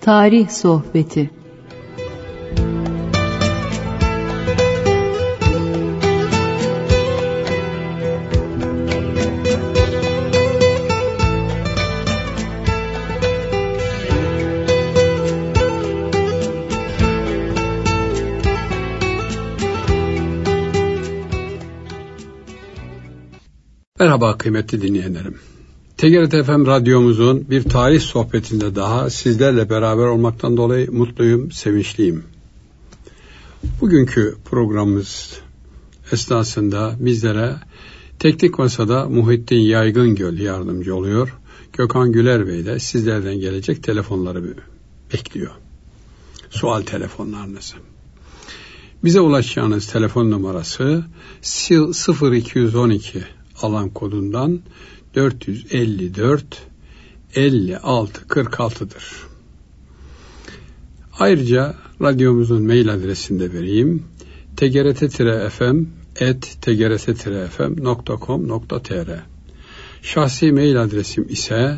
Tarih Sohbeti. Merhaba kıymetli dinleyenlerim. TGRT FM radyomuzun bir tarih sohbetinde daha sizlerle beraber olmaktan dolayı mutluyum, sevinçliyim. Bugünkü programımız esnasında bizlere teknik masada Muhittin Yaygıngöl yardımcı oluyor. Gökhan Güler Bey de sizlerden gelecek telefonları bekliyor. Sual telefonlarınızı. Bize ulaşacağınız telefon numarası 0212 alan kodundan 454 56 46'dır. Ayrıca radyomuzun mail adresini de vereyim. tgrt-fm@tgrt-fm.com.tr. Şahsi mail adresim ise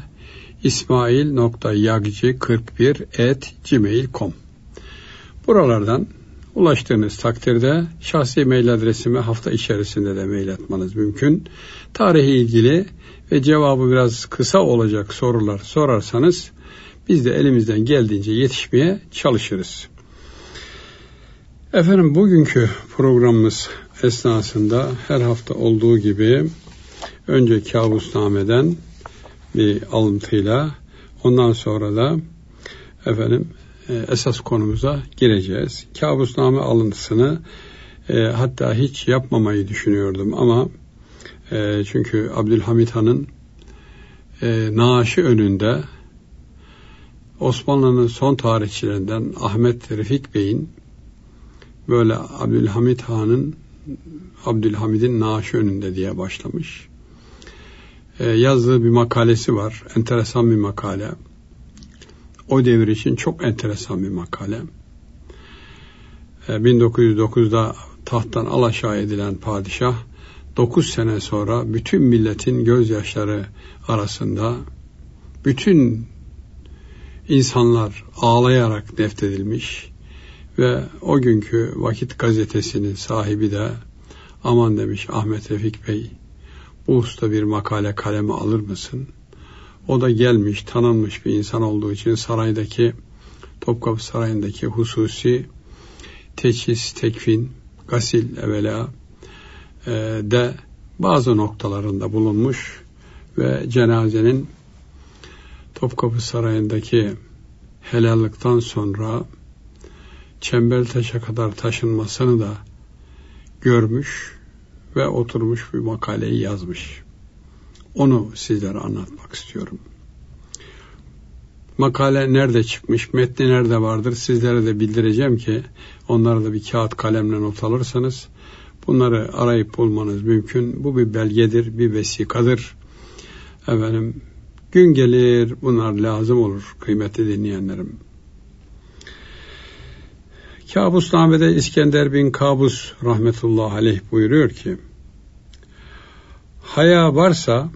ismail.yagci41@gmail.com. Buralardan ulaştığınız takdirde şahsi mail adresime hafta içerisinde de mail atmanız mümkün. Tarihi ilgili ve cevabı biraz kısa olacak sorular sorarsanız biz de elimizden geldiğince yetişmeye çalışırız. Efendim, bugünkü programımız esnasında her hafta olduğu gibi önce Kabusname'den bir alıntıyla, ondan sonra da esas konumuza gireceğiz. Kabusname alıntısını hatta hiç yapmamayı düşünüyordum ama çünkü Abdülhamit Han'ın naaşı önünde Osmanlı'nın son tarihçilerinden Ahmet Refik Bey'in böyle Abdülhamid'in naaşı önünde diye başlamış. Yazdığı bir makalesi var. Enteresan bir makale. O devir için çok enteresan bir makale. 1909'da tahttan alaşağı edilen padişah 9 sene sonra bütün milletin gözyaşları arasında bütün insanlar ağlayarak defnedilmiş ve o günkü Vakit gazetesinin sahibi de aman demiş, Ahmet Refik Bey, bu hususta bir makale kaleme alır mısın? O da gelmiş, tanınmış bir insan olduğu için Topkapı Sarayı'ndaki hususi teçhiz, tekfin, gasil evvela de bazı noktalarında bulunmuş ve cenazenin Topkapı Sarayı'ndaki helallıktan sonra Çembertaş'a kadar taşınmasını da görmüş ve oturmuş bir makaleyi yazmış. Onu sizlere anlatmak istiyorum. Makale nerede çıkmış, metni nerede vardır sizlere de bildireceğim ki onları da bir kağıt kalemle not alırsanız bunları arayıp bulmanız mümkün. Bu bir belgedir, bir vesikadır. Gün gelir bunlar lazım olur kıymetli dinleyenlerim. Kabusname'de İskender bin Kabus rahmetullahi aleyh buyuruyor ki, haya varsa,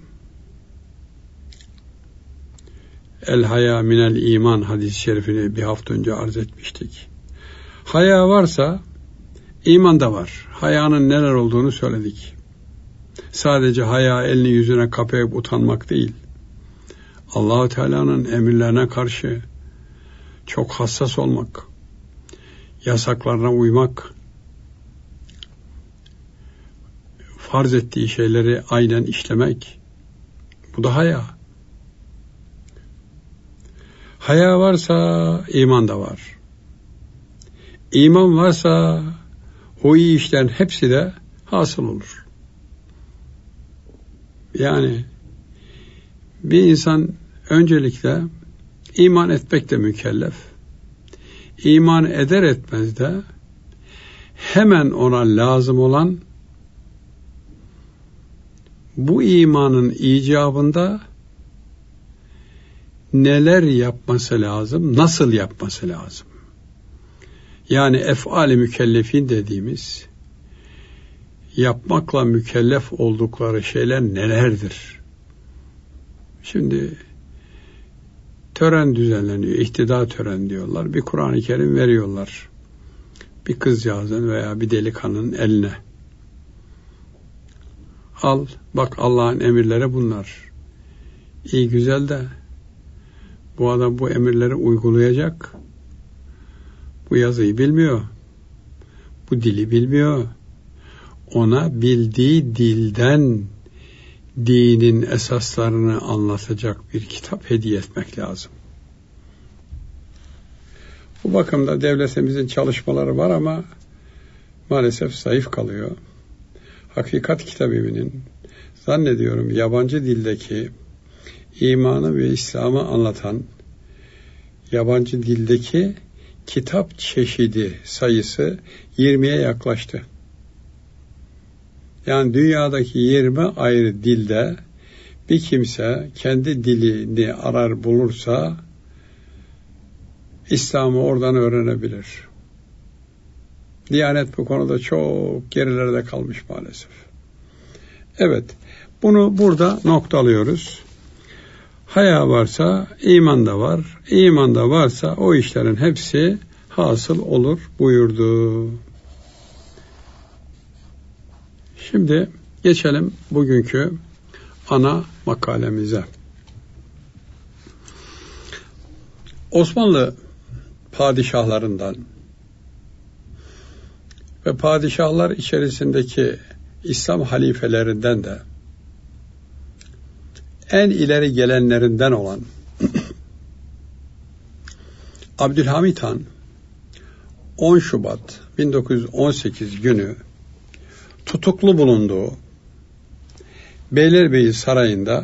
el haya minel iman hadis-i şerifini bir hafta önce arz etmiştik. Haya varsa iman da var. Hayanın neler olduğunu söyledik. Sadece haya elini yüzüne kapayıp utanmak değil. Allah-u Teala'nın emirlerine karşı çok hassas olmak, yasaklarına uymak, farz ettiği şeyleri aynen işlemek, bu da haya. Haya varsa iman da var. İman varsa o iyi işlerin hepsi de hasıl olur. Yani bir insan öncelikle iman etmekle mükellef. İman eder etmez de hemen ona lazım olan bu imanın icabında neler yapması lazım, nasıl yapması lazım? Yani ef'al-i mükellefin dediğimiz yapmakla mükellef oldukları şeyler nelerdir? Şimdi tören düzenleniyor. İhtida töreni diyorlar. Bir Kur'an-ı Kerim veriyorlar. Bir kızcağızın veya bir delikanlının eline. Al, bak Allah'ın emirleri bunlar. İyi güzel de bu adam bu emirleri uygulayacak. Bu yazıyı bilmiyor. Bu dili bilmiyor. Ona bildiği dilden dinin esaslarını anlatacak bir kitap hediye etmek lazım. Bu bakımda devletimizin çalışmaları var ama maalesef zayıf kalıyor. Hakikat Kitabı'nın zannediyorum yabancı dildeki imanı ve İslam'ı anlatan yabancı dildeki kitap çeşidi sayısı 20'ye yaklaştı. Yani dünyadaki 20 ayrı dilde bir kimse kendi dilini arar bulursa İslam'ı oradan öğrenebilir. Diyanet bu konuda çok gerilerde kalmış maalesef. Evet, bunu burada noktalıyoruz. Haya varsa iman da var. İman da varsa o işlerin hepsi hasıl olur buyurdu. Şimdi geçelim bugünkü ana makalemize. Osmanlı padişahlarından ve padişahlar içerisindeki İslam halifelerinden de en ileri gelenlerinden olan Abdülhamit Han 10 Şubat 1918 günü tutuklu bulunduğu Beylerbeyi Sarayı'nda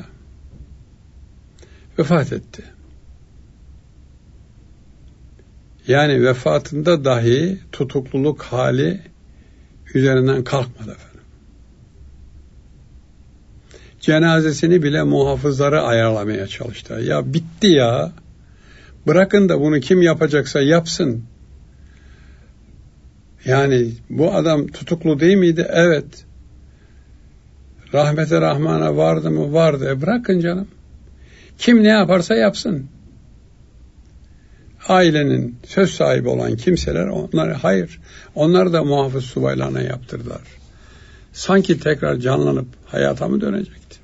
vefat etti. Yani vefatında dahi tutukluluk hali üzerinden kalkmadı efendim. Cenazesini bile muhafızları ayarlamaya çalıştı. Ya bitti ya. Bırakın da bunu kim yapacaksa yapsın. Yani bu adam tutuklu değil miydi? Evet. Rahmete Rahman'a vardı mı? Vardı. Bırakın canım. Kim ne yaparsa yapsın. Ailenin söz sahibi olan kimseler hayır. Onlar da muhafız subaylarına yaptırdılar. Sanki tekrar canlanıp hayata mı dönecekti?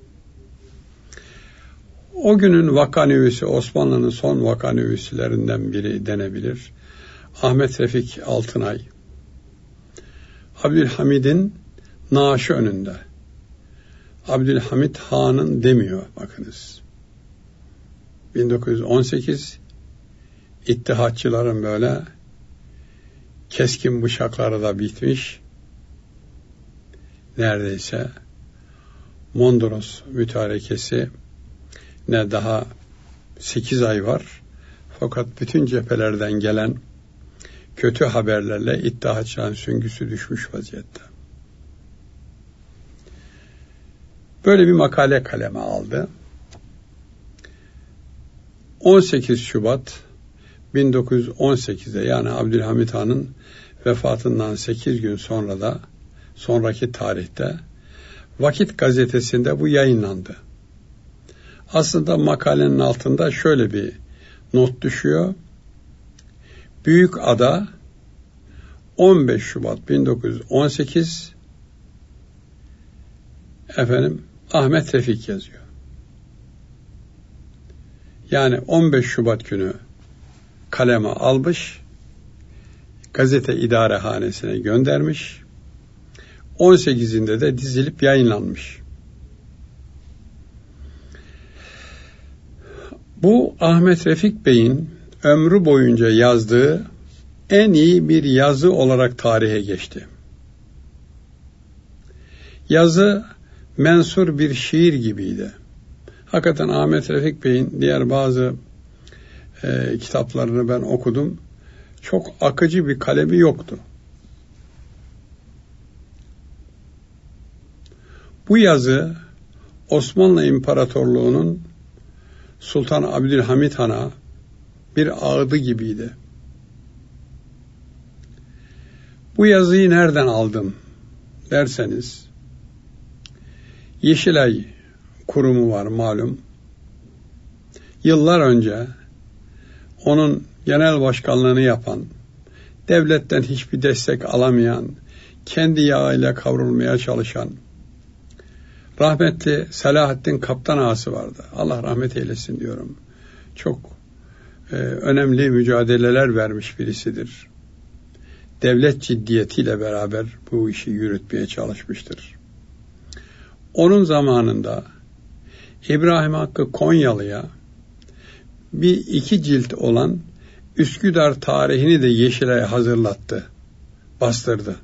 O günün vakanüvisi, Osmanlı'nın son vakanüvisilerinden biri denebilir. Ahmet Refik Altınay, Abdülhamid'in naaşı önünde. Abdülhamid Han'ın demiyor bakınız. 1918 İttihatçıların böyle keskin bıçakları da bitmiş. Neredeyse Mondros mütarekesi ne daha 8 ay var. Fakat bütün cephelerden gelen kötü haberlerle İttihatçıların süngüsü düşmüş vaziyette. Böyle bir makale kaleme aldı. 18 Şubat 1918'de yani Abdülhamit Han'ın vefatından 8 gün sonra da sonraki tarihte Vakit gazetesinde bu yayınlandı. Aslında makalenin altında şöyle bir not düşüyor. Büyükada 15 Şubat 1918 Ahmet Refik yazıyor. Yani 15 Şubat günü kaleme almış, gazete idarehanesine göndermiş, 18'inde de dizilip yayınlanmış. Bu Ahmet Refik Bey'in ömrü boyunca yazdığı en iyi bir yazı olarak tarihe geçti. Yazı mensur bir şiir gibiydi. Hakikaten Ahmet Refik Bey'in diğer bazı kitaplarını ben okudum. Çok akıcı bir kalemi yoktu. Bu yazı Osmanlı İmparatorluğu'nun Sultan Abdülhamit Han'a bir ağıdı gibiydi. Bu yazıyı nereden aldım derseniz, Yeşilay kurumu var malum. yıllar önce onun genel başkanlığını yapan, devletten hiçbir destek alamayan, kendi yağıyla kavrulmaya çalışan rahmetli Selahattin Kaptan Ağası vardı. Allah rahmet eylesin diyorum. Çok önemli mücadeleler vermiş birisidir. Devlet ciddiyetiyle beraber bu işi yürütmeye çalışmıştır. Onun zamanında İbrahim Hakkı Konyalı'ya bir 2 cilt olan Üsküdar tarihini de Yeşilay'a hazırlattı, bastırdı.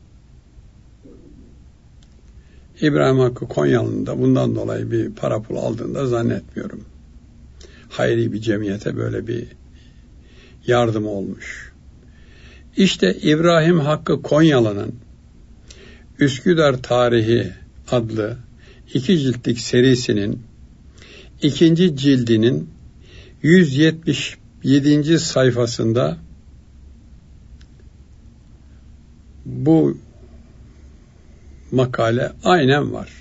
İbrahim Hakkı Konyalı'nın da bundan dolayı bir para pul aldığını zannetmiyorum. Hayri bir cemiyete böyle bir yardım olmuş. İşte İbrahim Hakkı Konyalı'nın Üsküdar Tarihi adlı 2 ciltlik serisinin 2. cildinin 177. sayfasında bu makale aynen var.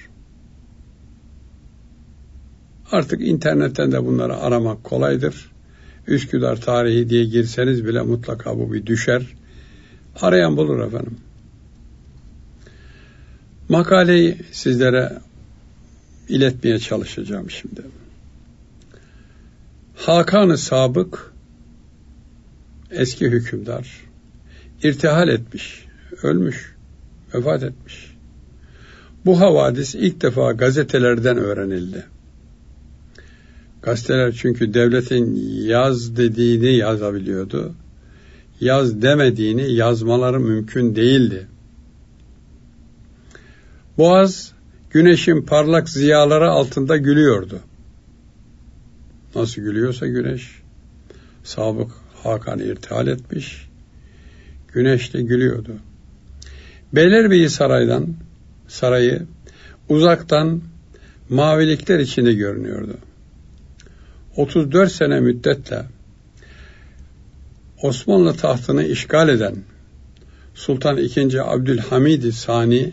Artık internetten de bunları aramak kolaydır. Üsküdar Tarihi diye girseniz bile mutlaka bu bir düşer. Arayan bulur efendim. Makaleyi sizlere iletmeye çalışacağım şimdi. Hakan-ı Sabık, eski hükümdar, irtihal etmiş, ölmüş, vefat etmiş. Bu havadis ilk defa gazetelerden öğrenildi. Gazeteler çünkü devletin yaz dediğini yazabiliyordu. Yaz demediğini yazmaları mümkün değildi. Boğaz, güneşin parlak ziyaları altında gülüyordu. Nasıl gülüyorsa güneş, Sabık Hakan'ı irtihal etmiş, güneş de gülüyordu. Beylerbeyi sarayı uzaktan mavilikler içinde görünüyordu. 34 sene müddetle Osmanlı tahtını işgal eden Sultan II. Abdülhamid Sani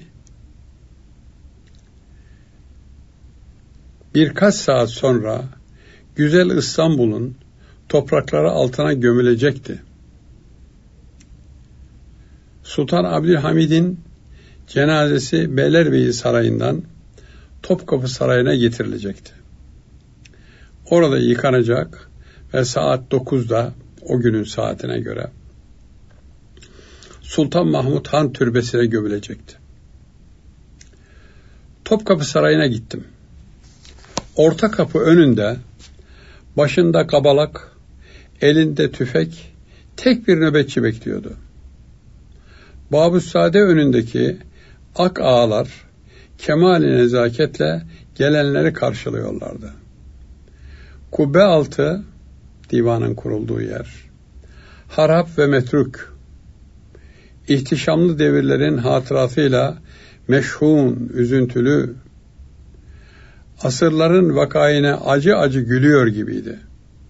birkaç saat sonra güzel İstanbul'un toprakları altına gömülecekti. Sultan Abdülhamid'in cenazesi Beylerbeyi Sarayı'ndan Topkapı Sarayı'na getirilecekti. Orada yıkanacak ve saat 9'da o günün saatine göre Sultan Mahmud Han türbesine gömülecekti. Topkapı Sarayı'na gittim. Orta kapı önünde, başında kabalak, elinde tüfek, tek bir nöbetçi bekliyordu. Babüssade önündeki ak ağalar kemali nezaketle gelenleri karşılıyorlardı. Kubbe altı, divanın kurulduğu yer, harap ve metruk, ihtişamlı devirlerin hatıratıyla meşhun, üzüntülü, asırların vakaine acı acı gülüyor gibiydi.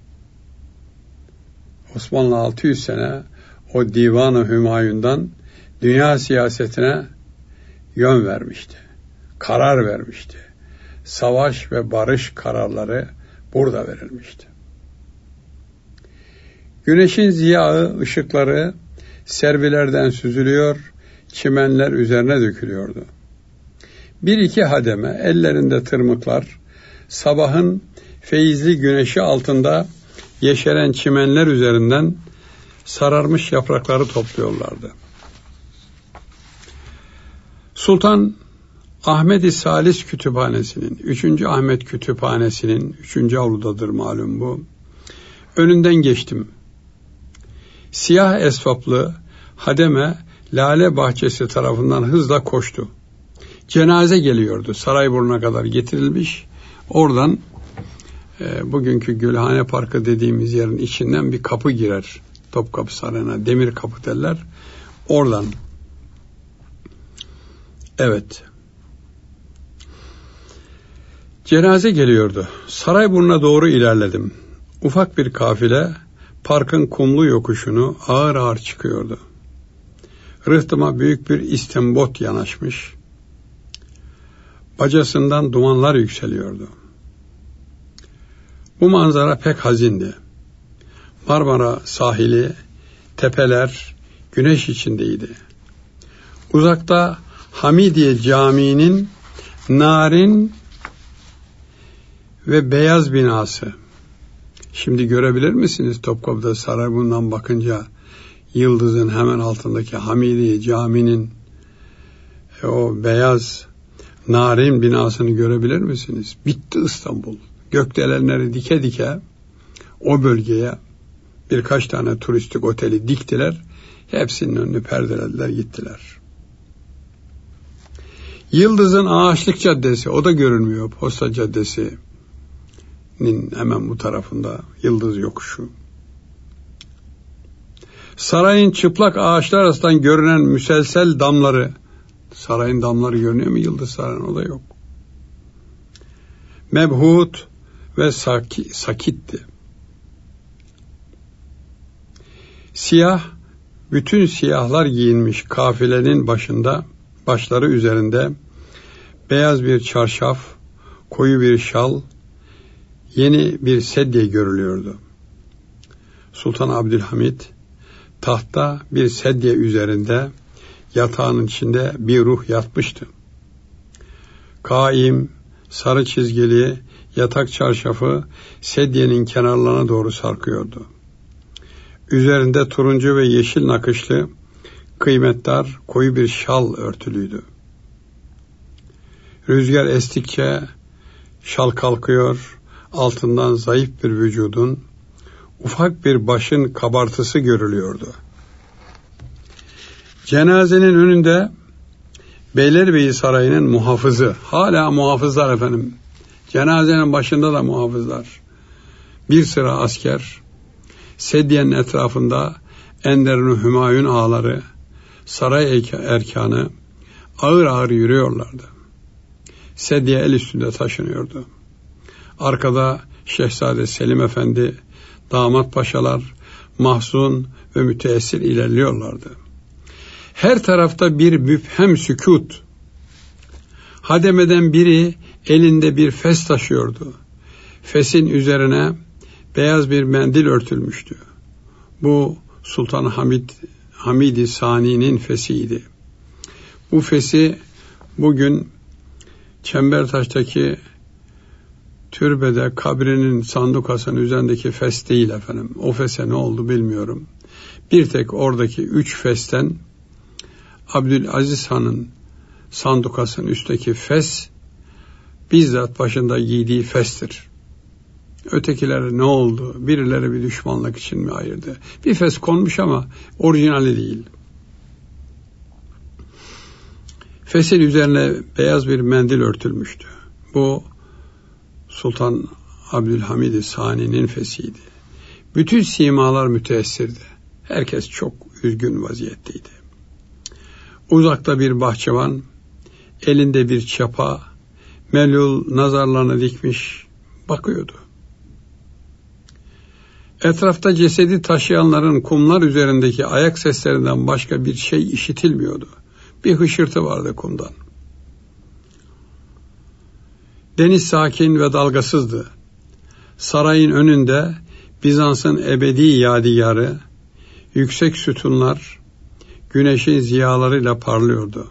Osmanlı 600 sene o Divan-ı Hümayun'dan dünya siyasetine yön vermişti, karar vermişti. Savaş ve barış kararları burada verilmişti. Güneşin ziyağı, ışıkları servilerden süzülüyor, çimenler üzerine dökülüyordu. 1-2 hademe, ellerinde tırmıklar, sabahın feyizli güneşi altında yeşeren çimenler üzerinden sararmış yaprakları topluyorlardı. Sultan Ahmed-i Salis Kütüphanesi'nin, 3. Ahmet Kütüphanesi'nin, 3. avludadır malum bu, önünden geçtim. Siyah esvaplı hademe Lale Bahçesi tarafından hızla koştu. Cenaze geliyordu. Sarayburnu'na kadar getirilmiş. Oradan bugünkü Gülhane Parkı dediğimiz yerin içinden bir kapı girer. Topkapı Sarayı'na demir kapı derler. Oradan. Evet. Cenaze geliyordu. Sarayburnu'na doğru ilerledim. Ufak bir kafile parkın kumlu yokuşunu ağır ağır çıkıyordu. Rıhtıma büyük bir istimbot yanaşmış. Bacasından dumanlar yükseliyordu. Bu manzara pek hazindi. Marmara sahili, tepeler güneş içindeydi. Uzakta Hamidiye Camii'nin narin ve beyaz binası. Şimdi görebilir misiniz Topkapı'da Sarayburnu'ndan bakınca yıldızın hemen altındaki Hamidiye Camii'nin o beyaz narin binasını görebilir misiniz? Bitti İstanbul. Gökdelenleri dike dike o bölgeye birkaç tane turistik oteli diktiler. Hepsinin önünü perdelediler, gittiler. Yıldız'ın Ağaçlık Caddesi, o da görünmüyor. Posta Caddesi'nin hemen bu tarafında Yıldız yokuşu. Sarayın çıplak ağaçlar arasından görünen müselsel damları, sarayın damları görünüyor mu Yıldız Sarayı'nın? O da yok. Mebhut ve sakitti. Siyah, bütün siyahlar giyinmiş kafilenin başları üzerinde beyaz bir çarşaf, koyu bir şal, yeni bir sedye görülüyordu. Sultan Abdülhamit tahta bir sedye üzerinde yatağının içinde bir ruh yatmıştı. Kaim, sarı çizgili yatak çarşafı sedyenin kenarlarına doğru sarkıyordu. Üzerinde turuncu ve yeşil nakışlı kıymetdar koyu bir şal örtülüydü. Rüzgar estikçe şal kalkıyor, altından zayıf bir vücudun, ufak bir başın kabartısı görülüyordu. Cenazenin önünde Beylerbeyi Sarayı'nın muhafızı, hala muhafızlar efendim, cenazenin başında da muhafızlar, bir sıra asker, sedyenin etrafında Enderun Hümayun ağaları, saray erkanı ağır ağır yürüyorlardı. Sedye el üstünde taşınıyordu. Arkada Şehzade Selim Efendi, damat paşalar mahzun ve müteessir ilerliyorlardı. Her tarafta bir müphem sükût. Hademeden biri elinde bir fes taşıyordu. Fesin üzerine beyaz bir mendil örtülmüştü. Bu Sultan Hamid-i Sani'nin fesiydi. Bu fesi bugün Çembertaş'taki türbede kabrinin sandukasının üzerindeki fes değil efendim. O fese ne oldu bilmiyorum. Bir tek oradaki 3 festen Abdülaziz Han'ın sandukasının üstteki fes bizzat başında giydiği festir. Ötekileri ne oldu? Birileri bir düşmanlık için mi ayırdı? Bir fes konmuş ama orijinali değil. Fesin üzerine beyaz bir mendil örtülmüştü. Bu Sultan Abdülhamid-i Sani'nin fesiydi. Bütün simalar müteessirdi. Herkes çok üzgün vaziyetteydi. Uzakta bir bahçıvan, elinde bir çapa, melul nazarlarını dikmiş bakıyordu. Etrafta cesedi taşıyanların kumlar üzerindeki ayak seslerinden başka bir şey işitilmiyordu. Bir hışırtı vardı kumdan. Deniz sakin ve dalgasızdı. Sarayın önünde Bizans'ın ebedi yadigarı, yüksek sütunlar güneşin ziyalarıyla parlıyordu.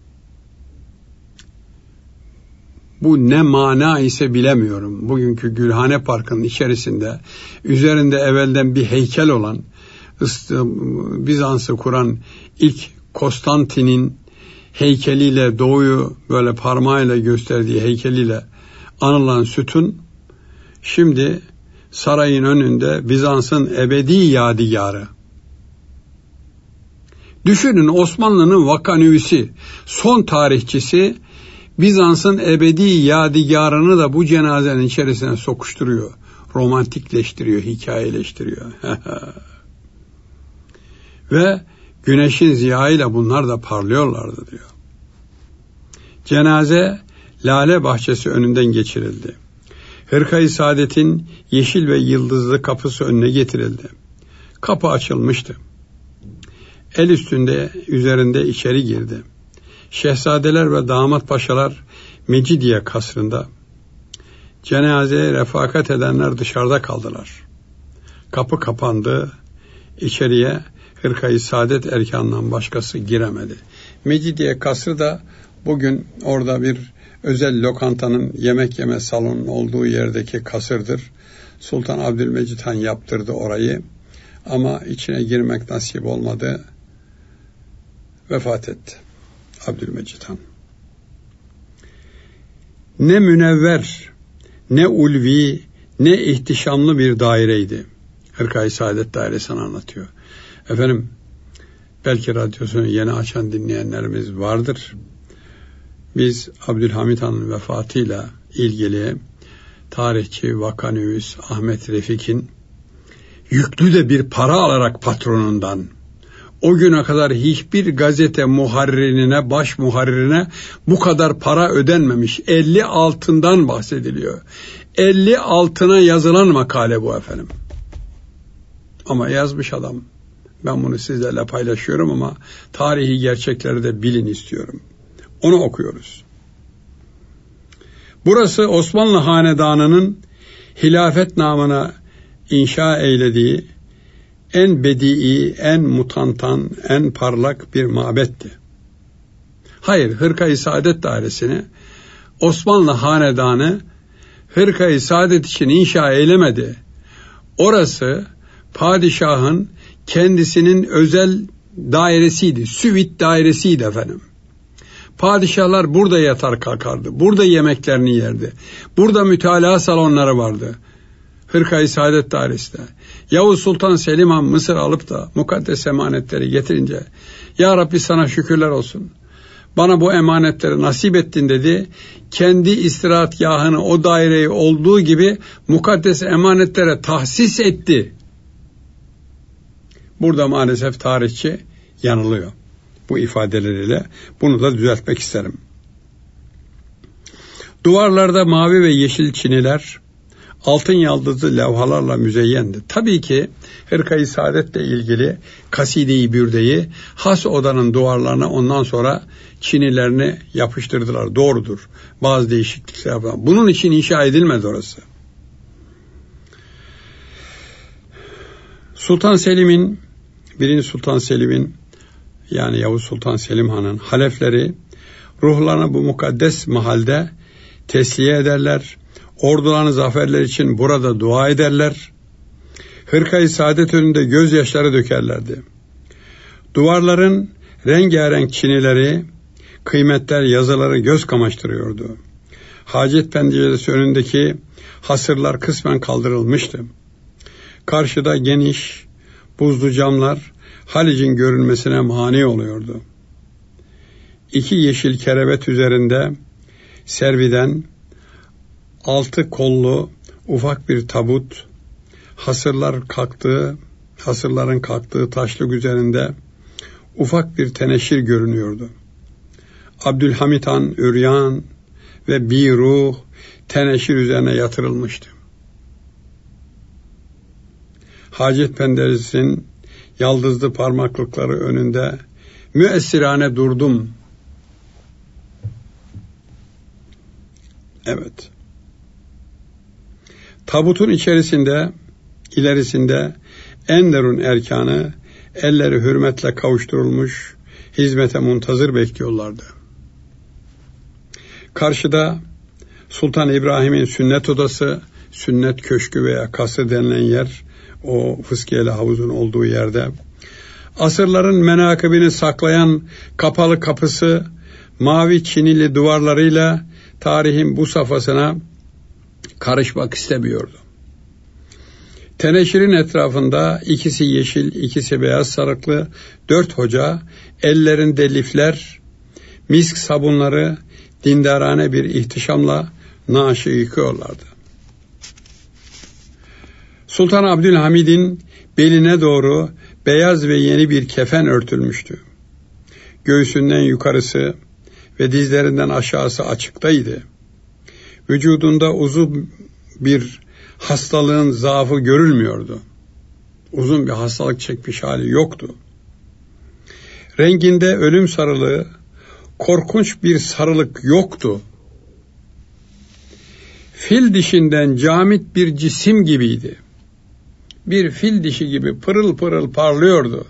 Bu ne mana ise bilemiyorum. Bugünkü Gülhane Parkı'nın içerisinde üzerinde evvelden bir heykel olan Bizans'ı kuran ilk Konstantin'in heykeliyle doğuyu böyle parmağıyla gösterdiği heykeliyle anılan sütun şimdi sarayın önünde Bizans'ın ebedi yadigarı. Düşünün, Osmanlı'nın vakanüvisi, son tarihçisi Bizans'ın ebedi yadigarını da bu cenazenin içerisine sokuşturuyor. Romantikleştiriyor, hikayeleştiriyor. Ve güneşin ziyayla bunlar da parlıyorlardı diyor. Cenaze Lale Bahçesi önünden geçirildi. Hırka-i Saadet'in yeşil ve yıldızlı kapısı önüne getirildi. Kapı açılmıştı. El üzerinde içeri girdi. Şehzadeler ve damat paşalar Mecidiye kasrında, Cenazeye refakat edenler dışarıda kaldılar. Kapı kapandı. İçeriye Hırka-i Saadet erkanından başkası giremedi. Mecidiye Kasrı da bugün orada bir özel lokantanın yemek yeme salonunun olduğu yerdeki kasırdır. Sultan Abdülmecid Han yaptırdı orayı. Ama içine girmek nasip olmadı. Vefat etti Abdülmecid Han. Ne münevver, ne ulvi, ne ihtişamlı bir daireydi. Hırka-i Saadet dairesini anlatıyor. Efendim, belki radyosunu yeni açan dinleyenlerimiz vardır. Biz Abdülhamid Han'ın vefatıyla ilgili tarihçi Vakanüvis Ahmet Refik'in yüklü de bir para alarak patronundan o güne kadar hiçbir gazete muharririne, baş muharririne bu kadar para ödenmemiş. 50 altından bahsediliyor. 50 altına yazılan makale bu efendim. Ama yazmış adam. Ben bunu sizlerle paylaşıyorum ama tarihi gerçekleri de bilin istiyorum. Onu okuyoruz. Burası Osmanlı Hanedanı'nın hilafet namına inşa eylediği en bedii, en mutantan, en parlak bir mabetti. Hayır, Hırka-i Saadet dairesini Osmanlı Hanedanı Hırka-i Saadet için inşa eylemedi. Orası padişahın kendisinin özel dairesiydi, süvit dairesiydi efendim. Padişahlar burada yatar kalkardı, burada yemeklerini yerdi, burada mütalaa salonları vardı. Hırka-i Saadet dairesinde. Yavuz Sultan Selim Han Mısır alıp da mukaddes emanetleri getirince, Ya Rabbi sana şükürler olsun, bana bu emanetleri nasip ettin dedi. Kendi istirahatgahını, o daireyi olduğu gibi mukaddes emanetlere tahsis etti. Burada maalesef tarihçi yanılıyor bu ifadeleriyle. Bunu da düzeltmek isterim. Duvarlarda mavi ve yeşil çiniler, altın yaldızlı levhalarla müzeyyendi. Tabii ki Hırka-i Saadet'le ilgili Kaside-i Bürde'yi has odanın duvarlarına ondan sonra çinilerini yapıştırdılar. Doğrudur. Bazı değişiklikler yaptılar. Bunun için inşa edilmedi orası. Sultan Selim'in, 1. Sultan Selim'in yani Yavuz Sultan Selim Han'ın halefleri ruhlarını bu mukaddes mahalde tesliye ederler. Ordularını zaferler için burada dua ederler. Hırka-i Saadet önünde gözyaşları dökerlerdi. Duvarların rengarenk çinileri, kıymetler, yazıları göz kamaştırıyordu. Hacet penceresi önündeki hasırlar kısmen kaldırılmıştı. Karşıda geniş, buzlu camlar Halic'in görünmesine mani oluyordu. 2 yeşil kerevet üzerinde serviden 6 kollu ufak bir tabut, hasırların kalktığı taşlık üzerinde ufak bir teneşir görünüyordu. Abdülhamid Han üryan ve bir ruh teneşir üzerine yatırılmıştı. Hacet penceresinin yaldızlı parmaklıkları önünde müessirane durdum. Evet. Tabutun ilerisinde Enderun erkanı elleri hürmetle kavuşturulmuş, hizmete muntazır bekliyorlardı. Karşıda Sultan İbrahim'in sünnet odası, sünnet köşkü veya kasrı denilen yer, o fıskiyeli havuzun olduğu yerde, asırların menakibini saklayan kapalı kapısı, mavi çinili duvarlarıyla tarihin bu safhasına karışmak istemiyordu. Teneşirin etrafında ikisi yeşil, ikisi beyaz sarıklı 4 hoca, ellerinde lifler, misk sabunları, dindarane bir ihtişamla naaşı yıkıyorlardı. Sultan Abdülhamid'in beline doğru beyaz ve yeni bir kefen örtülmüştü. Göğsünden yukarısı ve dizlerinden aşağısı açıktaydı. Vücudunda uzun bir hastalığın zaafı görülmüyordu. Uzun bir hastalık çekmiş hali yoktu. Renginde ölüm sarılığı, korkunç bir sarılık yoktu. fil dişinden camit bir cisim gibiydi. Bir fil dişi gibi pırıl pırıl parlıyordu.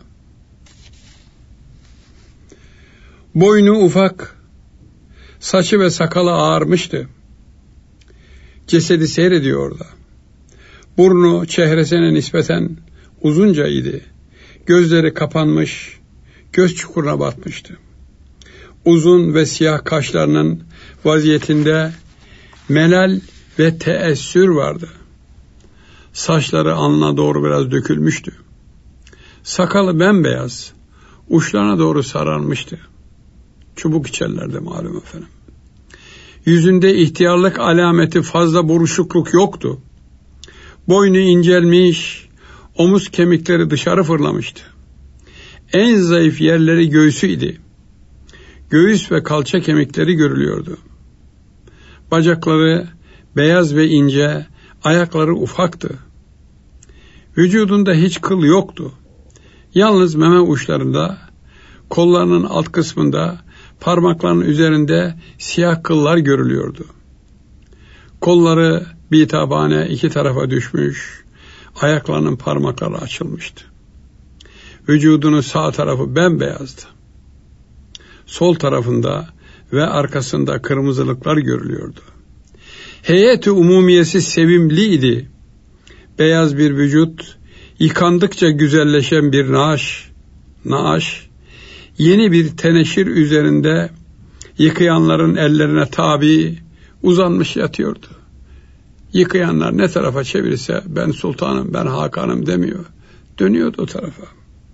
Boynu ufak, saçı ve sakalı ağarmıştı. Cesedi seyrediyordu. Burnu çehresine nispeten uzunca idi. Gözleri kapanmış, göz çukuruna batmıştı. Uzun ve siyah kaşlarının vaziyetinde melal ve teessür vardı. Saçları alnına doğru biraz dökülmüştü. Sakalı bembeyaz, uçlarına doğru sararmıştı. Çubuk içerlerdi malum efendim. Yüzünde ihtiyarlık alameti, fazla buruşukluk yoktu. Boynu incelmiş, omuz kemikleri dışarı fırlamıştı. En zayıf yerleri göğsü idi. Göğüs ve kalça kemikleri görülüyordu. Bacakları beyaz ve ince, ayakları ufaktı. Vücudunda hiç kıl yoktu. Yalnız meme uçlarında, kollarının alt kısmında, parmaklarının üzerinde siyah kıllar görülüyordu. Kolları bitabane iki tarafa düşmüş, ayaklarının parmakları açılmıştı. Vücudunun sağ tarafı bembeyazdı. Sol tarafında ve arkasında kırmızılıklar görülüyordu. Heyet-i umumiyesi sevimliydi. Beyaz bir vücut, yıkandıkça güzelleşen bir naaş, yeni bir teneşir üzerinde yıkayanların ellerine tabi uzanmış yatıyordu. Yıkayanlar ne tarafa çevirirse ben sultanım, ben hakanım demiyor. Dönüyordu o tarafa.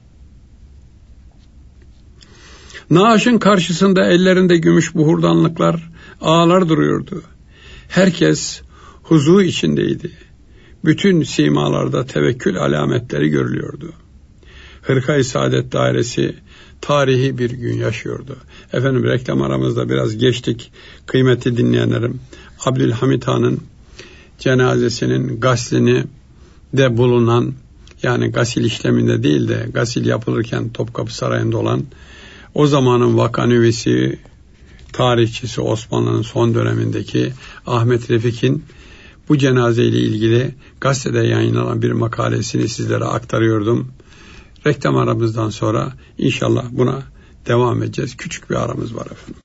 Naaşın karşısında ellerinde gümüş buhurdanlıklar, ağlar duruyordu. Herkes huzur içindeydi. Bütün simalarda tevekkül alametleri görülüyordu. Hırka-i Saadet Dairesi tarihi bir gün yaşıyordu. Efendim, reklam aramızda biraz geçtik. Kıymetli dinleyenlerim, Abdülhamit Han'ın cenazesinin gaslini de bulunan, yani gasil işleminde değil de gasil yapılırken Topkapı Sarayı'nda olan, o zamanın vakanüvisi, tarihçisi, Osmanlı'nın son dönemindeki Ahmet Refik'in bu cenazeyle ilgili gazetede yayınlanan bir makalesini sizlere aktarıyordum. Reklam aramızdan sonra inşallah buna devam edeceğiz. Küçük bir aramız var efendim.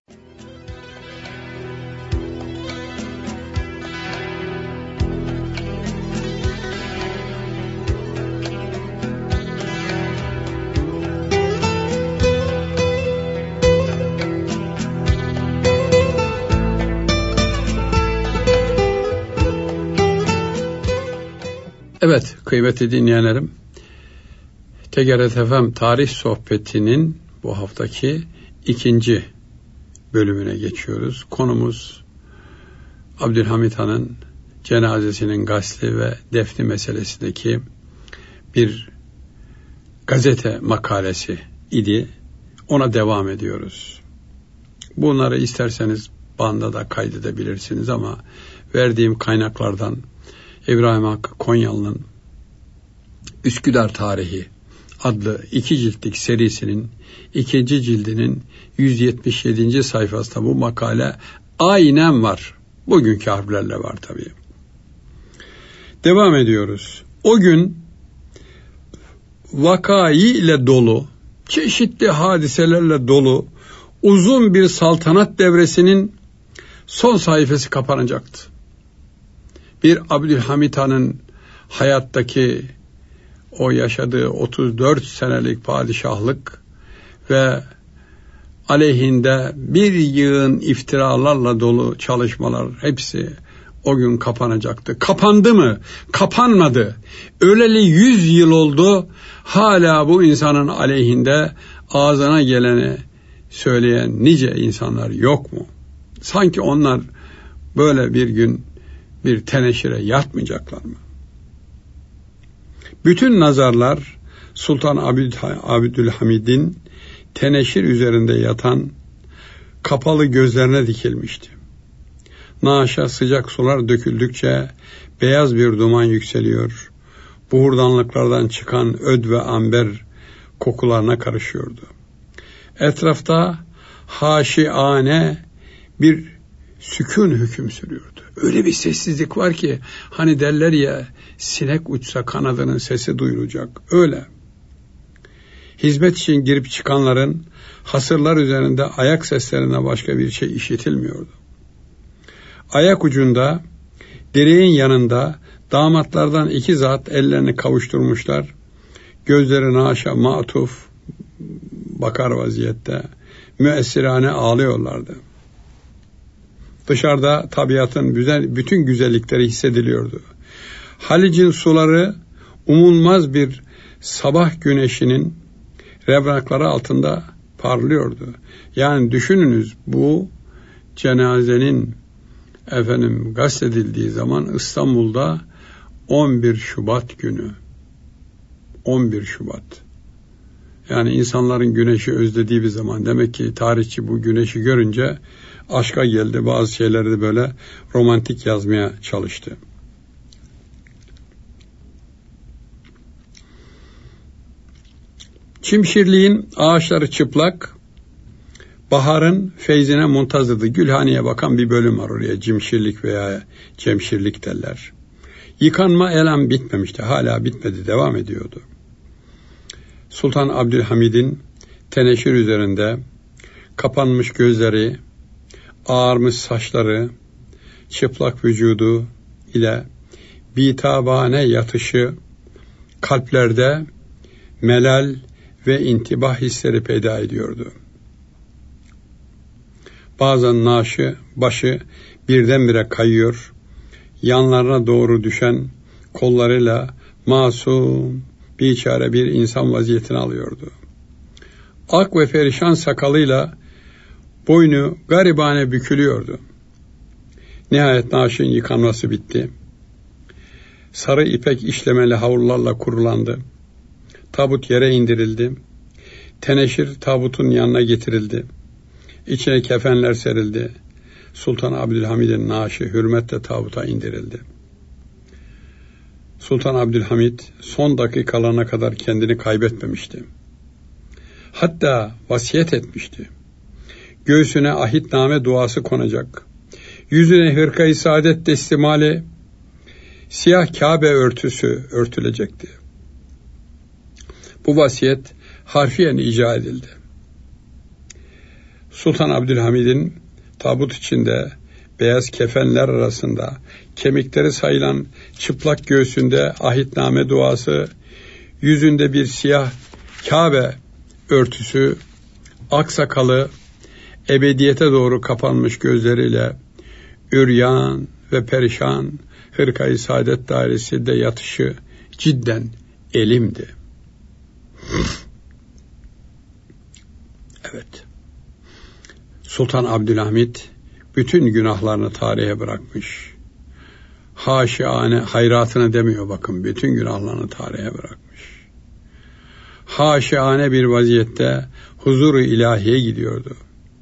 Evet, kıymetli dinleyenlerim, TGRT FM Tarih Sohbeti'nin bu haftaki 2. bölümüne geçiyoruz. Konumuz Abdülhamit Han'ın cenazesinin gasli ve defni meselesindeki bir gazete makalesi idi. Ona devam ediyoruz. Bunları isterseniz banda da kaydedebilirsiniz ama verdiğim kaynaklardan İbrahim Hakkı Konyalı'nın Üsküdar Tarihi adlı 2 ciltlik serisinin 2. cildinin 177. sayfasında bu makale aynen var. Bugünkü harflerle var tabii. Devam ediyoruz. O gün vakayı ile dolu, çeşitli hadiselerle dolu uzun bir saltanat devresinin son sayfası kapanacaktı. Bir Abdülhamit Han'ın hayattaki o yaşadığı 34 senelik padişahlık ve aleyhinde bir yığın iftiralarla dolu çalışmalar hepsi o gün kapanacaktı. Kapandı mı? Kapanmadı. Öleli 100 yıl oldu. Hala bu insanın aleyhinde ağzına geleni söyleyen nice insanlar yok mu? Sanki onlar böyle bir gün bir teneşire yatmayacaklar mı? Bütün nazarlar Sultan Abdülhamid'in teneşir üzerinde yatan kapalı gözlerine dikilmişti. Naaşa sıcak sular döküldükçe beyaz bir duman yükseliyor, buhurdanlıklardan çıkan öd ve amber kokularına karışıyordu. Etrafta haşiane bir sükun hüküm sürüyordu. Öyle bir sessizlik var ki hani derler ya, sinek uçsa kanadının sesi duyulacak. Öyle. Hizmet için girip çıkanların hasırlar üzerinde ayak seslerinden başka bir şey işitilmiyordu. Ayak ucunda, direğin yanında damatlardan 2 zat ellerini kavuşturmuşlar. Gözleri naşa matuf bakar vaziyette müessirane ağlıyorlardı. Dışarıda tabiatın bütün güzellikleri hissediliyordu. Halic'in suları umulmaz bir sabah güneşinin revrakları altında parlıyordu. Yani düşününüz, bu cenazenin gasledildiği zaman İstanbul'da 11 Şubat günü. 11 Şubat. Yani insanların güneşi özlediği bir zaman. Demek ki tarihçi bu güneşi görünce aşka geldi. Bazı şeyleri de böyle romantik yazmaya çalıştı. Çimşirliğin ağaçları çıplak, baharın feyzine muntazırdı. Gülhane'ye bakan bir bölüm var oraya. Cimşirlik veya cemşirlik derler. Yıkanma elam bitmemişti. Hala bitmedi. Devam ediyordu. Sultan Abdülhamid'in teneşir üzerinde kapanmış gözleri, ağarmış saçları, çıplak vücudu ile bitabane yatışı kalplerde melal ve intibah hisleri peyda ediyordu. Bazen başı birdenbire kayıyor, yanlarına doğru düşen kollarıyla masum, biçare bir insan vaziyetini alıyordu. Ak ve perişan sakalıyla boynu garibane bükülüyordu. Nihayet naaşın yıkanması bitti. Sarı ipek işlemeli havlularla kurulandı. Tabut yere indirildi. Teneşir tabutun yanına getirildi. İçine kefenler serildi. Sultan Abdülhamid'in naaşı hürmetle tabuta indirildi. Sultan Abdülhamid son dakikalarına kadar kendini kaybetmemişti. Hatta vasiyet etmişti. Göğsüne ahitname duası konacak. Yüzüne hırka-i saadet teslimali, siyah Kabe örtüsü örtülecekti. Bu vasiyet harfiyen icra edildi. Sultan Abdülhamid'in tabut içinde beyaz kefenler arasında kemikleri sayılan çıplak göğsünde ahitname duası, yüzünde bir siyah Kabe örtüsü, aksakalı, ebediyete doğru kapanmış gözleriyle üryan ve perişan hırka-i saadet dairesinde yatışı cidden elimdi. Evet. Sultan Abdülhamid bütün günahlarını tarihe bırakmış. Haşiane hayratını demiyor, bakın, bütün günahlarını tarihe bırakmış. Haşiane bir vaziyette huzur-u ilahiye gidiyordu.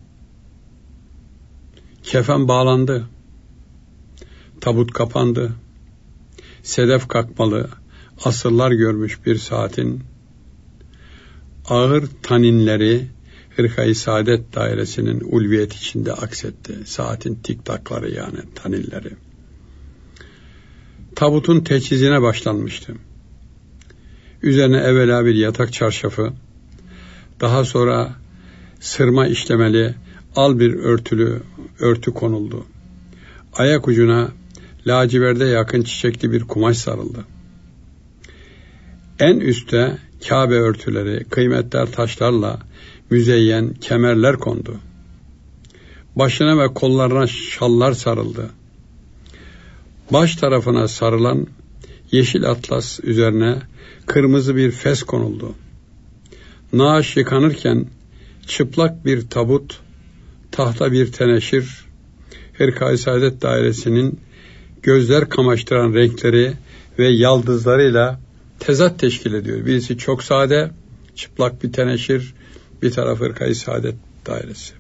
Kefen bağlandı. Tabut kapandı. Sedef kalkmalı, asırlar görmüş bir saatin ağır taninleri hırka-i saadet dairesinin ulviyet içinde aksetti. Saatin tiktakları, yani taninleri. Tabutun teçhizine başlanmıştı. Üzerine evvela bir yatak çarşafı, daha sonra sırma işlemeli al bir örtü konuldu. Ayak ucuna laciverde yakın çiçekli bir kumaş sarıldı. En üstte Kabe örtüleri, kıymetli taşlarla müzeyyen kemerler kondu. Başına ve kollarına şallar sarıldı. Baş tarafına sarılan yeşil atlas üzerine kırmızı bir fes konuldu. Naaş yıkanırken çıplak bir tabut, tahta bir teneşir, hırka-i saadet dairesinin gözler kamaştıran renkleri ve yaldızlarıyla tezat teşkil ediyor. Birisi çok sade, çıplak bir teneşir, bir taraf hırka-i saadet dairesi.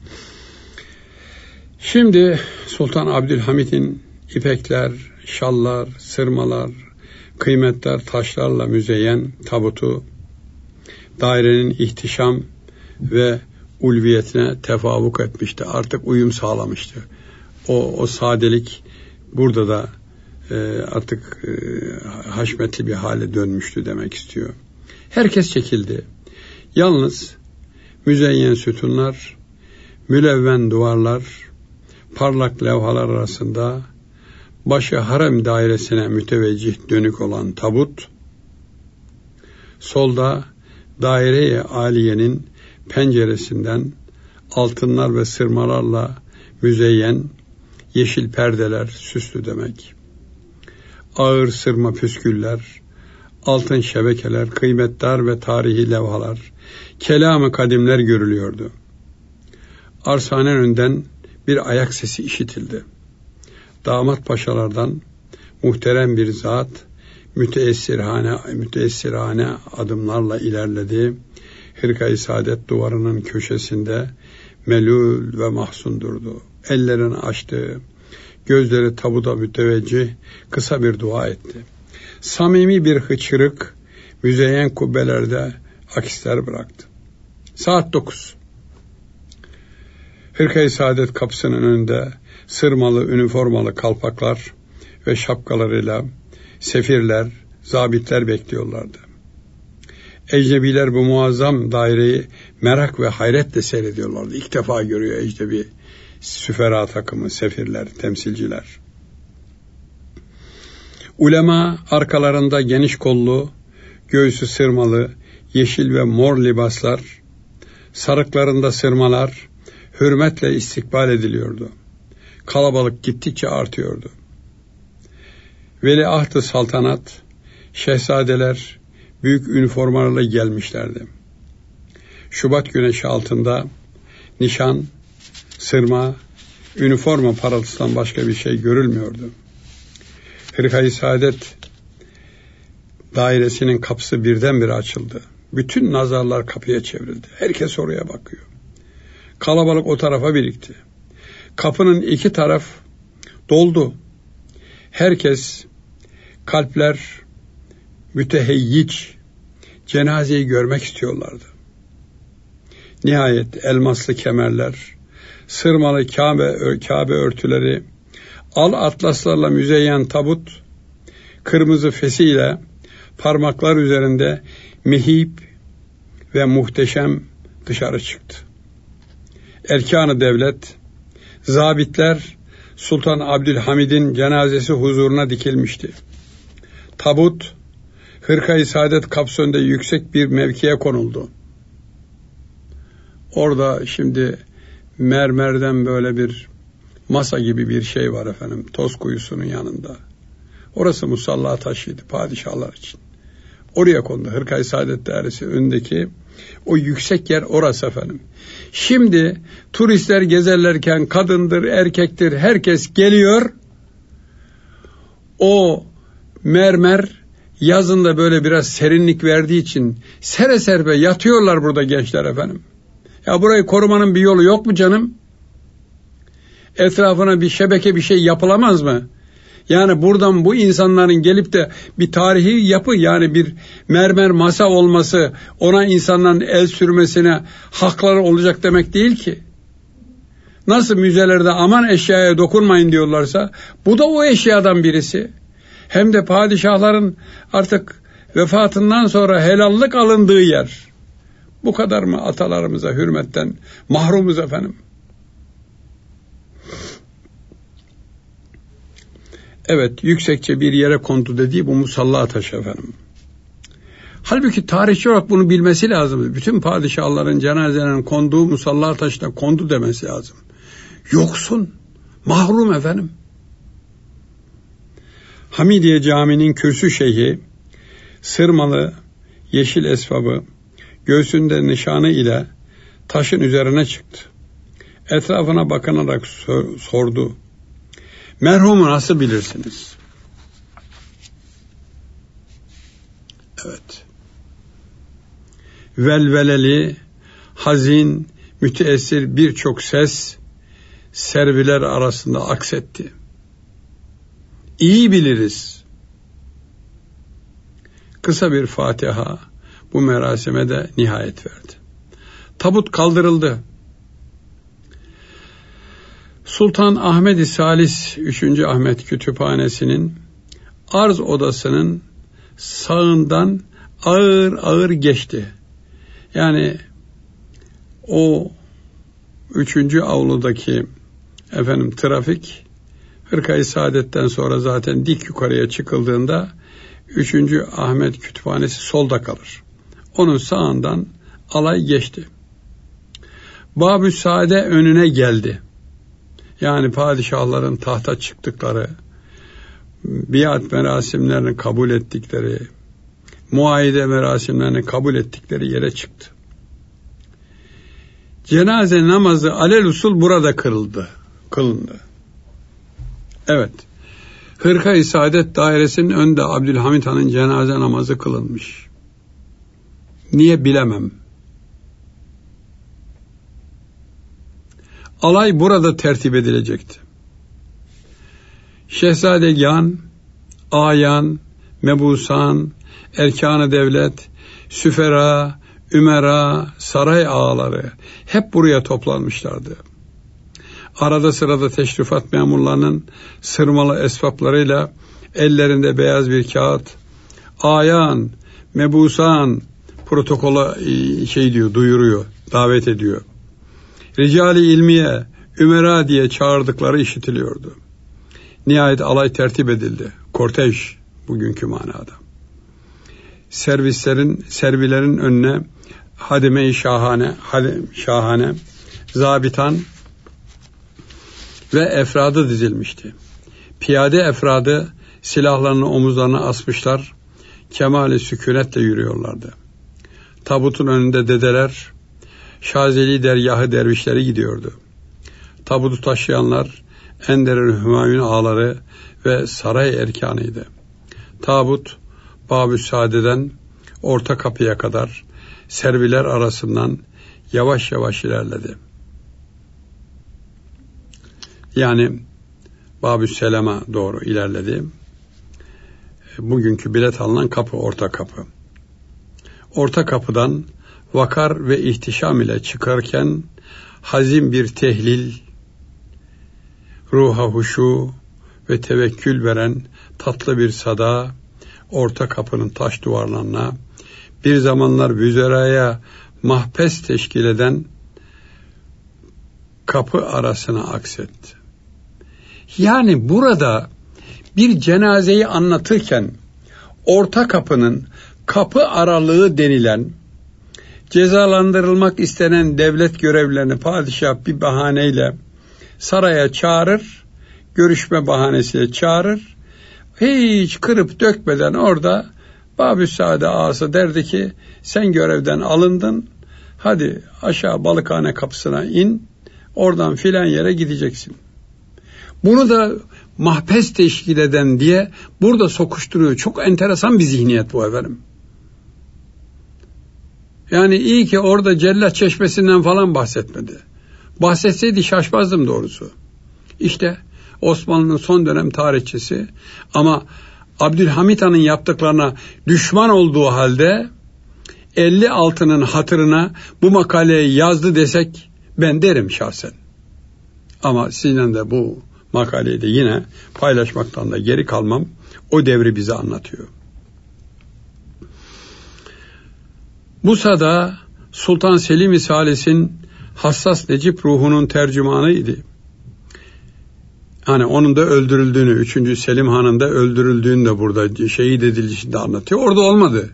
Şimdi Sultan Abdülhamid'in ipekler, şallar, sırmalar, kıymetler, taşlarla müzeyyen tabutu, dairenin ihtişam ve ulviyetine tefavuk etmişti. Artık uyum sağlamıştı. O sadelik burada da artık haşmetli bir hale dönmüştü demek istiyor. Herkes çekildi. Yalnız müzeyyen sütunlar, mülevven duvarlar, parlak levhalar arasında başı harem dairesine müteveccih dönük olan tabut, solda daire-i âliyenin penceresinden altınlar ve sırmalarla müzeyyen yeşil perdeler süslü demek. Ağır sırma püsküller, altın şebekeler, kıymetdar ve tarihi levhalar, kelam-ı kadimler görülüyordu. Arsanenin önünden bir ayak sesi işitildi. Damat paşalardan muhterem bir zat müteessirhane adımlarla ilerledi. Hırka-i Saadet duvarının köşesinde melul ve mahzun durdu. Ellerini açtı, gözleri tabuda müteveccih kısa bir dua etti. Samimi bir hıçkırık müzeyyen kubbelerde akisler bıraktı. Saat 9. Hırka-i Saadet kapısının önünde sırmalı, üniformalı kalpaklar ve şapkalarıyla sefirler, zabitler bekliyorlardı. Ecnebiler bu muazzam daireyi merak ve hayretle seyrediyorlardı. İlk defa görüyor ecnebi süfera takımı, sefirler, temsilciler. Ulema arkalarında geniş kollu, göğsü sırmalı, yeşil ve mor libaslar, sarıklarında sırmalar, hürmetle istikbal ediliyordu. Kalabalık gittikçe artıyordu. Veliaht-ı saltanat, şehzadeler büyük üniformalarla gelmişlerdi. Şubat güneşi altında nişan, sırma, üniforma parıltısından başka bir şey görülmüyordu. Hırka-i Saadet dairesinin kapısı birdenbire açıldı. Bütün nazarlar kapıya çevrildi. Herkes oraya bakıyor. Kalabalık o tarafa birikti. Kapının iki taraf doldu. Herkes, kalpler müteheyyic, cenazeyi görmek istiyorlardı. Nihayet elmaslı kemerler, sırmalı Kabe örtüleri, al atlaslarla müzeyyen tabut, kırmızı fesiyle parmaklar üzerinde mihip ve muhteşem dışarı çıktı. Erkan-ı devlet, zabitler Sultan Abdülhamid'in cenazesi huzuruna dikilmişti. Tabut, Hırka-i Saadet kapısında yüksek bir mevkiye konuldu. Orada şimdi mermerden böyle bir masa gibi bir şey var efendim, toz kuyusunun yanında. Orası musalla taşıydı padişahlar için. Oraya kondu. Hırka-i Saadet dairesi önündeki o yüksek yer orası efendim. Şimdi turistler gezerlerken kadındır, erkektir, herkes geliyor. O mermer yazında böyle biraz serinlik verdiği için sere serpe yatıyorlar burada gençler efendim. Ya burayı korumanın bir yolu yok mu canım? Etrafına bir şebeke bir şey yapılamaz mı? Yani buradan bu insanların gelip de bir tarihi yapı, yani bir mermer masa olması, ona insanların el sürmesine hakları olacak demek değil ki. Nasıl müzelerde aman eşyaya dokunmayın diyorlarsa, bu da o eşyadan birisi. Hem de padişahların artık vefatından sonra helallik alındığı yer. Bu kadar mı atalarımıza hürmetten mahrumuz efendim? Evet, yüksekçe bir yere kondu dediği bu musalla taşı efendim. Halbuki tarihçi olarak bunu bilmesi lazım. Bütün padişahların cenazelerinin konduğu musalla taşına kondu demesi lazım. Yoksun, mahrum efendim. Hamidiye Camii'nin kürsü şeyhi, sırmalı yeşil esvabı, göğsünde nişanı ile taşın üzerine çıktı. Etrafına bakınarak sordu. Merhumu nasıl bilirsiniz? Evet. Velveleli, hazin, müteessir birçok ses serviler arasında aksetti. İyi biliriz. Kısa bir Fatiha bu merasime de nihayet verdi. Tabut kaldırıldı. Sultan Ahmed-i Salis 3. Ahmet Kütüphanesi'nin arz odasının sağından ağır ağır geçti. Yani o 3. avludaki trafik Hırka-i Saadet'ten sonra zaten dik yukarıya çıkıldığında 3. Ahmet Kütüphanesi solda kalır. Onun sağından alay geçti. Bab-ı Saade önüne geldi. Yani padişahların tahta çıktıkları, biat merasimlerini kabul ettikleri, muayede merasimlerini kabul ettikleri yere çıktı. Cenaze namazı alelüsul burada kılındı. Evet. Hırka-i Saadet dairesinin önünde Abdülhamit Han'ın cenaze namazı kılınmış. Niye bilemem. Alay burada tertip edilecekti. Şehzadegân, ayan, mebusan, erkan-ı devlet, süfera, ümera, saray ağaları hep buraya toplanmışlardı. Arada sırada teşrifat memurlarının sırmalı esvaplarıyla ellerinde beyaz bir kağıt, ayan, mebusan protokola duyuruyor, davet ediyor. Ricali ilmiye, ümera diye çağırdıkları işitiliyordu. Nihayet alay tertip edildi. Kortej bugünkü manada. Servilerin önüne hadime-i şahane, zabitan ve efradı dizilmişti. Piyade efradı silahlarını omuzlarına asmışlar, kemale sükunetle yürüyorlardı. Tabutun önünde dedeler, Şazeli dergahı dervişleri gidiyordu. Tabutu taşıyanlar Ender'in Hümayun ağaları ve saray erkanıydı. Tabut Bab-ı Saade'den orta kapıya kadar serviler arasından yavaş yavaş ilerledi. Yani Bab-ı Selam'a doğru ilerledi. Bugünkü bilet alınan kapı orta kapı. Orta kapıdan vakar ve ihtişam ile çıkarken hazin bir tehlil, ruha huşu ve tevekkül veren tatlı bir sada orta kapının taş duvarlarına, bir zamanlar vüzeraya mahpes teşkil eden kapı arasına aksetti. Yani burada bir cenazeyi anlatırken orta kapının kapı aralığı denilen, cezalandırılmak istenen devlet görevlilerini padişah bir bahaneyle saraya çağırır, görüşme bahanesiyle çağırır, hiç kırıp dökmeden orada Bab-ı Saade ağası derdi ki sen görevden alındın, hadi aşağı Balıkhane kapısına in, oradan filan yere gideceksin. Bunu da mahpes teşkil eden diye burada sokuşturuyor. Çok enteresan bir zihniyet bu efendim. Yani iyi ki orada Cellat Çeşmesi'nden falan bahsetmedi. Bahsetseydi şaşmazdım doğrusu. İşte Osmanlı'nın son dönem tarihçisi ama Abdülhamit Han'ın yaptıklarına düşman olduğu halde 56'nın hatırına bu makaleyi yazdı desek ben derim şahsen. Ama sizinle de bu makaleyi de yine paylaşmaktan da geri kalmam. O devri bize anlatıyor. Bursa'da Sultan Selim-i Salis'in hassas Necip ruhunun tercümanıydı. Hani onun da öldürüldüğünü, 3. Selim Han'ın da öldürüldüğünü de burada şehit edilişinde anlatıyor. Orada olmadı.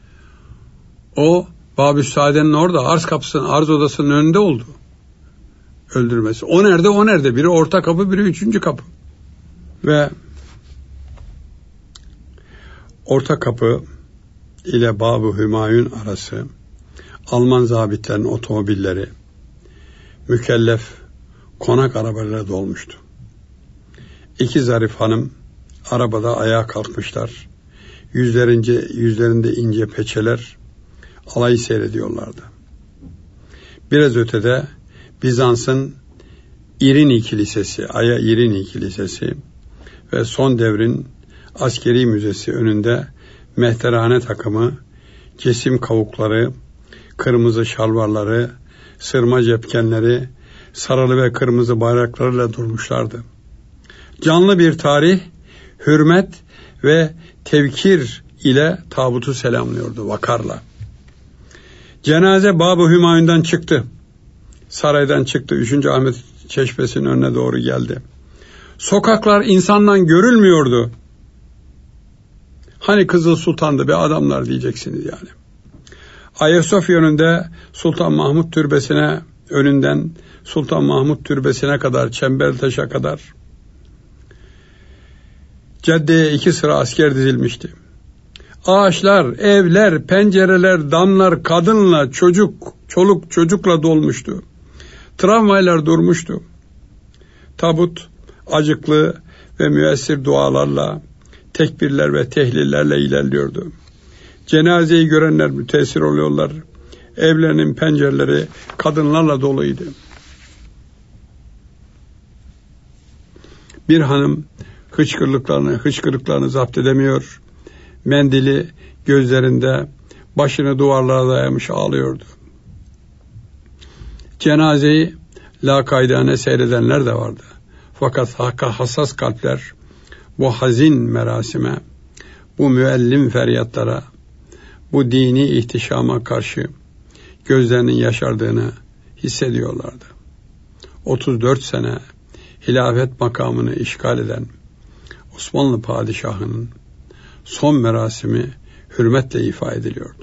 O Bab-ı Saade'nin orada arz odasının önünde oldu. Öldürmesi. O nerede? Biri orta kapı, biri 3. kapı. Ve orta kapı ile Bab-ı Hümayun arası Alman zabitlerin otomobilleri, mükellef konak arabalarıyla dolmuştu. 2 zarif hanım arabada ayağa kalkmışlar. Yüzlerinde ince peçeler alayı seyrediyorlardı. Biraz ötede Bizans'ın İrini Kilisesi, Aya İrini Kilisesi ve son devrin askeri müzesi önünde mehterhane takımı, kesim kavukları, kırmızı şalvarları, sırma cepkenleri, sarılı ve kırmızı bayraklarıyla durmuşlardı. Canlı bir tarih, hürmet ve tevkir ile tabutu selamlıyordu vakarla. Cenaze Bab-ı Hümayun'dan çıktı. Saraydan çıktı. 3. Ahmet Çeşmesi'nin önüne doğru geldi. Sokaklar insandan görülmüyordu. Hani Kızıl Sultan'dı be adamlar diyeceksiniz yani. Ayasofya önünde Sultan Mahmut Türbesi'ne önünden Sultan Mahmut Türbesi'ne kadar, Çembertaş'a kadar caddeye 2 sıra asker dizilmişti. Ağaçlar, evler, pencereler, damlar kadınla, çoluk çocukla dolmuştu. Tramvaylar durmuştu. Tabut acıklı ve müessir dualarla, tekbirler ve tehlillerle ilerliyordu. Cenazeyi görenler müteessir oluyorlar. Evlerinin pencereleri kadınlarla doluydu. Bir hanım hıçkırıklarını zapt edemiyor. Mendili gözlerinde, başını duvarlara dayamış ağlıyordu. Cenazeyi lakaydane seyredenler de vardı. Fakat hakka hassas kalpler bu hazin merasime, bu müellim feryatlara, bu dini ihtişama karşı gözlerinin yaşardığını hissediyorlardı. 34 sene hilafet makamını işgal eden Osmanlı padişahının son merasimi hürmetle ifa ediliyordu.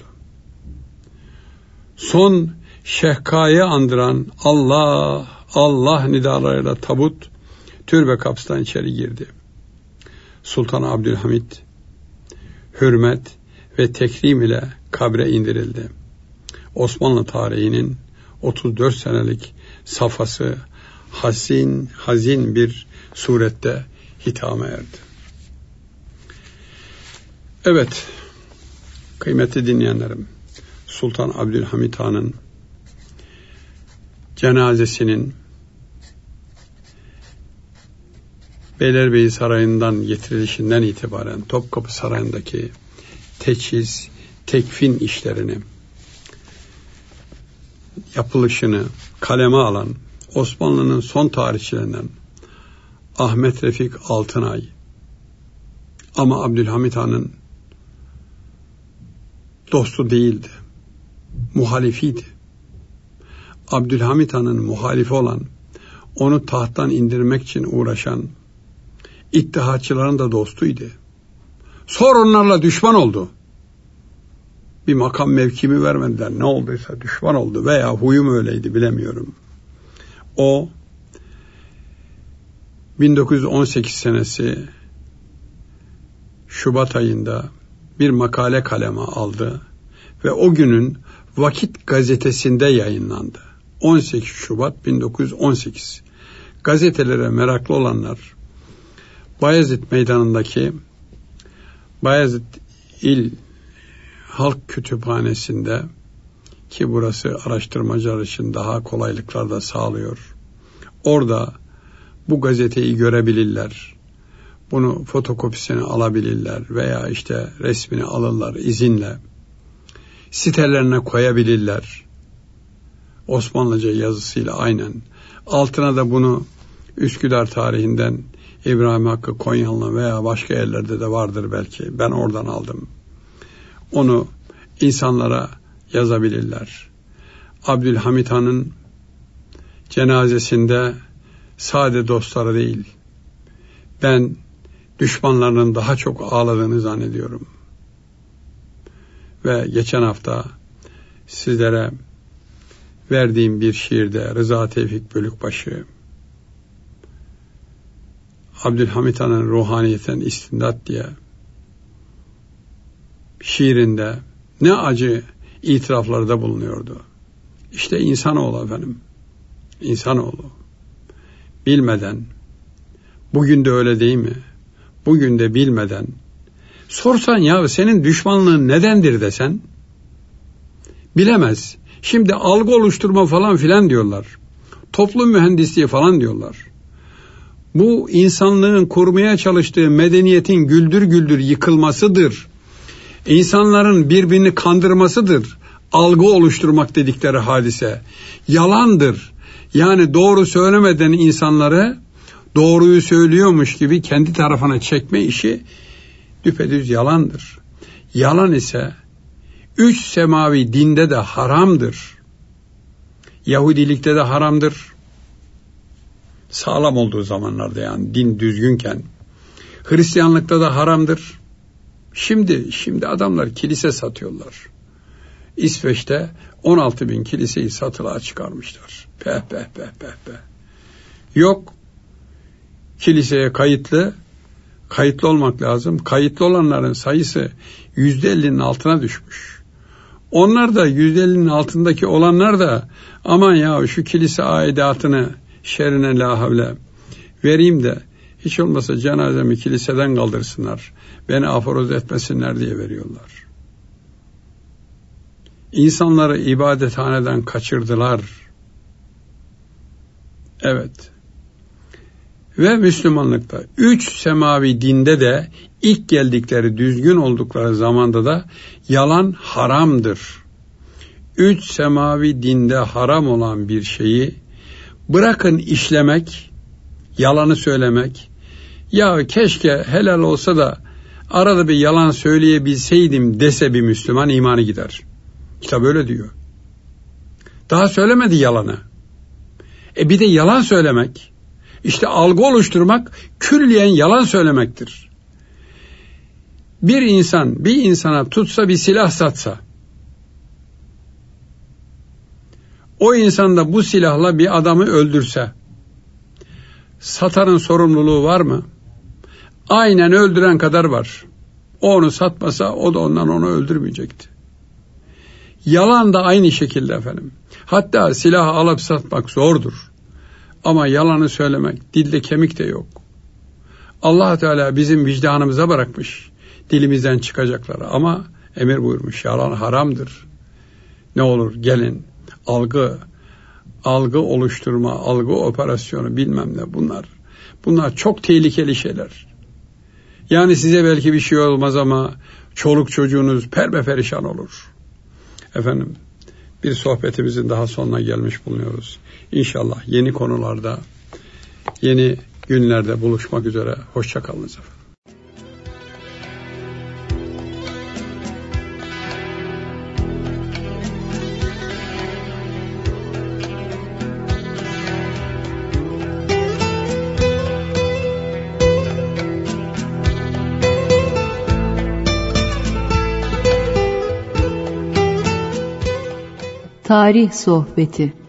Son şehkayı andıran Allah, Allah nidalarıyla tabut türbe kapısından içeri girdi. Sultan Abdülhamit hürmet ve tekrim ile kabre indirildi. Osmanlı tarihinin 34 senelik safhası hazin bir surette hitama erdi. Evet, kıymetli dinleyenlerim, Sultan Abdülhamit Han'ın cenazesinin Beylerbeyi Sarayı'ndan getirilişinden itibaren Topkapı Sarayı'ndaki teçhiz, tekfin işlerini, yapılışını kaleme alan Osmanlı'nın son tarihçilerinden Ahmet Refik Altınay, ama Abdülhamit Han'ın dostu değildi, muhalifiydi. Abdülhamit Han'ın muhalifi olan, onu tahttan indirmek için uğraşan İttihatçıların da dostuydu. Sonra onlarla düşman oldu. Bir makam mevkimi vermediler. Ne olduysa düşman oldu veya huyum öyleydi bilemiyorum. O 1918 senesi Şubat ayında bir makale kaleme aldı ve o günün Vakit gazetesinde yayınlandı. 18 Şubat 1918. Gazetelere meraklı olanlar Bayezid Meydanı'ndaki Bayezid İl Halk Kütüphanesi'nde, ki burası araştırmacılar için daha kolaylıklar da sağlıyor, orada bu gazeteyi görebilirler. Bunu fotokopisini alabilirler veya işte resmini alırlar izinle. Sitelerine koyabilirler. Osmanlıca yazısıyla aynen. Altına da bunu Üsküdar tarihinden İbrahim Hakkı Konyalı veya başka yerlerde de vardır belki. Ben oradan aldım. Onu insanlara yazabilirler. Abdülhamit Han'ın cenazesinde sade dostları değil, ben düşmanlarının daha çok ağladığını zannediyorum. Ve geçen hafta sizlere verdiğim bir şiirde Rıza Tevfik Bölükbaşı, Abdülhamit Han'ın ruhaniyetinden istindat diye şiirinde ne acı itiraflarda bulunuyordu. İşte insanoğlu efendim. İnsanoğlu. Bilmeden, bugün de öyle değil mi? Bugün de bilmeden, sorsan ya senin düşmanlığın nedendir desen, bilemez. Şimdi algı oluşturma falan filan diyorlar. Toplum mühendisliği falan diyorlar. Bu insanlığın kurmaya çalıştığı medeniyetin güldür güldür yıkılmasıdır. İnsanların birbirini kandırmasıdır. Algı oluşturmak dedikleri hadise. Yalandır. Yani doğru söylemeden insanları doğruyu söylüyormuş gibi kendi tarafına çekme işi düpedüz yalandır. Yalan ise 3 semavi dinde de haramdır. Yahudilikte de haramdır. Sağlam olduğu zamanlarda, yani din düzgünken. Hristiyanlıkta da haramdır. Şimdi adamlar kilise satıyorlar. İsveç'te 16.000 kiliseyi satılığa çıkarmışlar. Peh. Yok, kiliseye kayıtlı olmak lazım. Kayıtlı olanların sayısı %50'nin altına düşmüş. Onlar da %50'nin altındaki olanlar da aman ya şu kilise aidatını şerine la havle vereyim de hiç olmasa cenazemi kiliseden kaldırsınlar, beni aforoz etmesinler diye veriyorlar. İnsanları ibadethaneden kaçırdılar. Evet. Ve Müslümanlıkta 3 semavi dinde de ilk geldikleri, düzgün oldukları zamanda da yalan haramdır. 3 semavi dinde haram olan bir şeyi bırakın işlemek, yalanı söylemek. Ya keşke helal olsa da arada bir yalan söyleyebilseydim dese bir Müslüman, imanı gider. Kitap öyle diyor. Daha söylemedi yalanı. Bir de yalan söylemek, işte algı oluşturmak külliyen yalan söylemektir. Bir insan bir insana tutsa, bir silah satsa, o insan da bu silahla bir adamı öldürse, satanın sorumluluğu var mı? Aynen öldüren kadar var. O onu satmasa o da ondan onu öldürmeyecekti. Yalan da aynı şekilde efendim. Hatta silahı alıp satmak zordur. Ama yalanı söylemek, dilde kemik de yok. Allah Teala bizim vicdanımıza bırakmış dilimizden çıkacakları, ama emir buyurmuş, yalan haramdır. Ne olur gelin, algı oluşturma, algı operasyonu bilmem ne, bunlar çok tehlikeli şeyler. Yani size belki bir şey olmaz ama çoluk çocuğunuz perperişan olur. Efendim, bir sohbetimizin daha sonuna gelmiş bulunuyoruz. İnşallah yeni konularda, yeni günlerde buluşmak üzere. Hoşça kalınız efendim. Tarih Sohbeti.